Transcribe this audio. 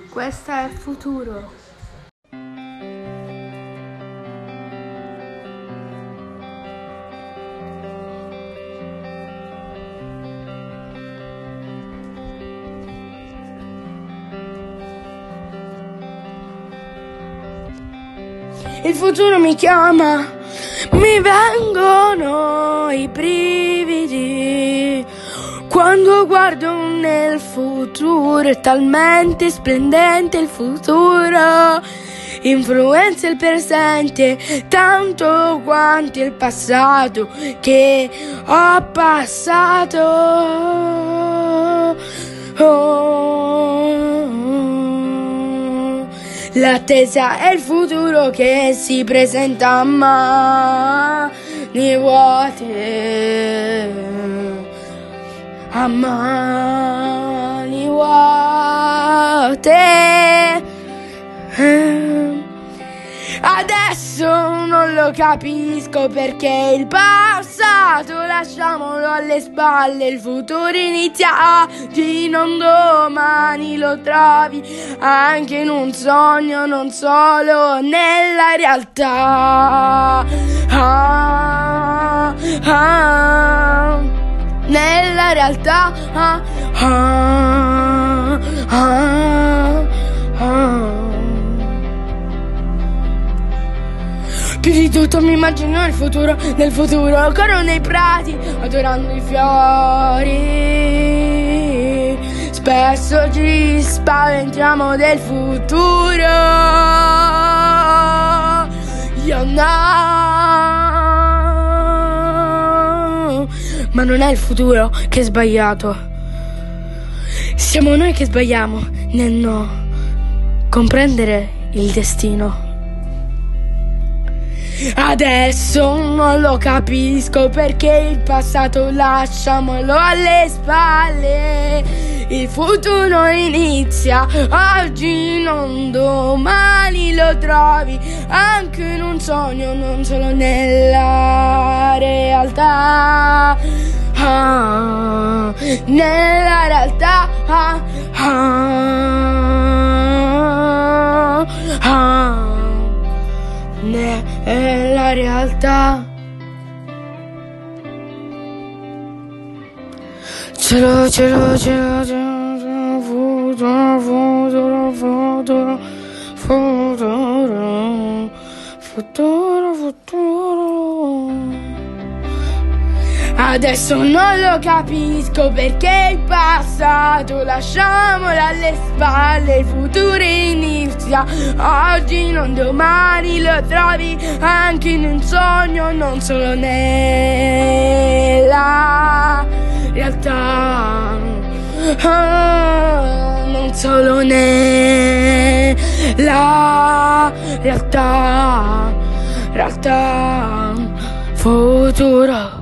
Questo è il futuro. Il futuro mi chiama, mi vengono i brividi quando guardo nel futuro. È talmente splendente il futuro, influenza il presente tanto quanto il passato che ho passato. L'attesa è il futuro che si presenta a mani vuote, a mani vuote. Adesso non lo capisco perché il passato lasciamolo alle spalle, il futuro inizia oggi, non domani, lo trovi anche in un sogno, non solo nella realtà. Nella realtà. Più di tutto mi immagino il futuro, nel futuro corro nei prati adorando i fiori. Spesso ci spaventiamo del futuro. Io no, ma non è il futuro che è sbagliato, siamo noi che sbagliamo nel no comprendere il destino. Adesso non lo capisco perché il passato lasciamolo alle spalle, il futuro inizia oggi, non domani, lo trovi anche in un sogno, non solo nella realtà. Nella realtà. Nella realtà. Cielo, cielo, cielo, cielo, futuro, futuro, futuro, futuro, futuro, futuro. Adesso non lo capisco perché il passato lasciamolo alle spalle, il futuro inizia oggi, non domani, lo trovi anche in un sogno, non solo nella realtà. Non solo nella realtà, realtà, futuro.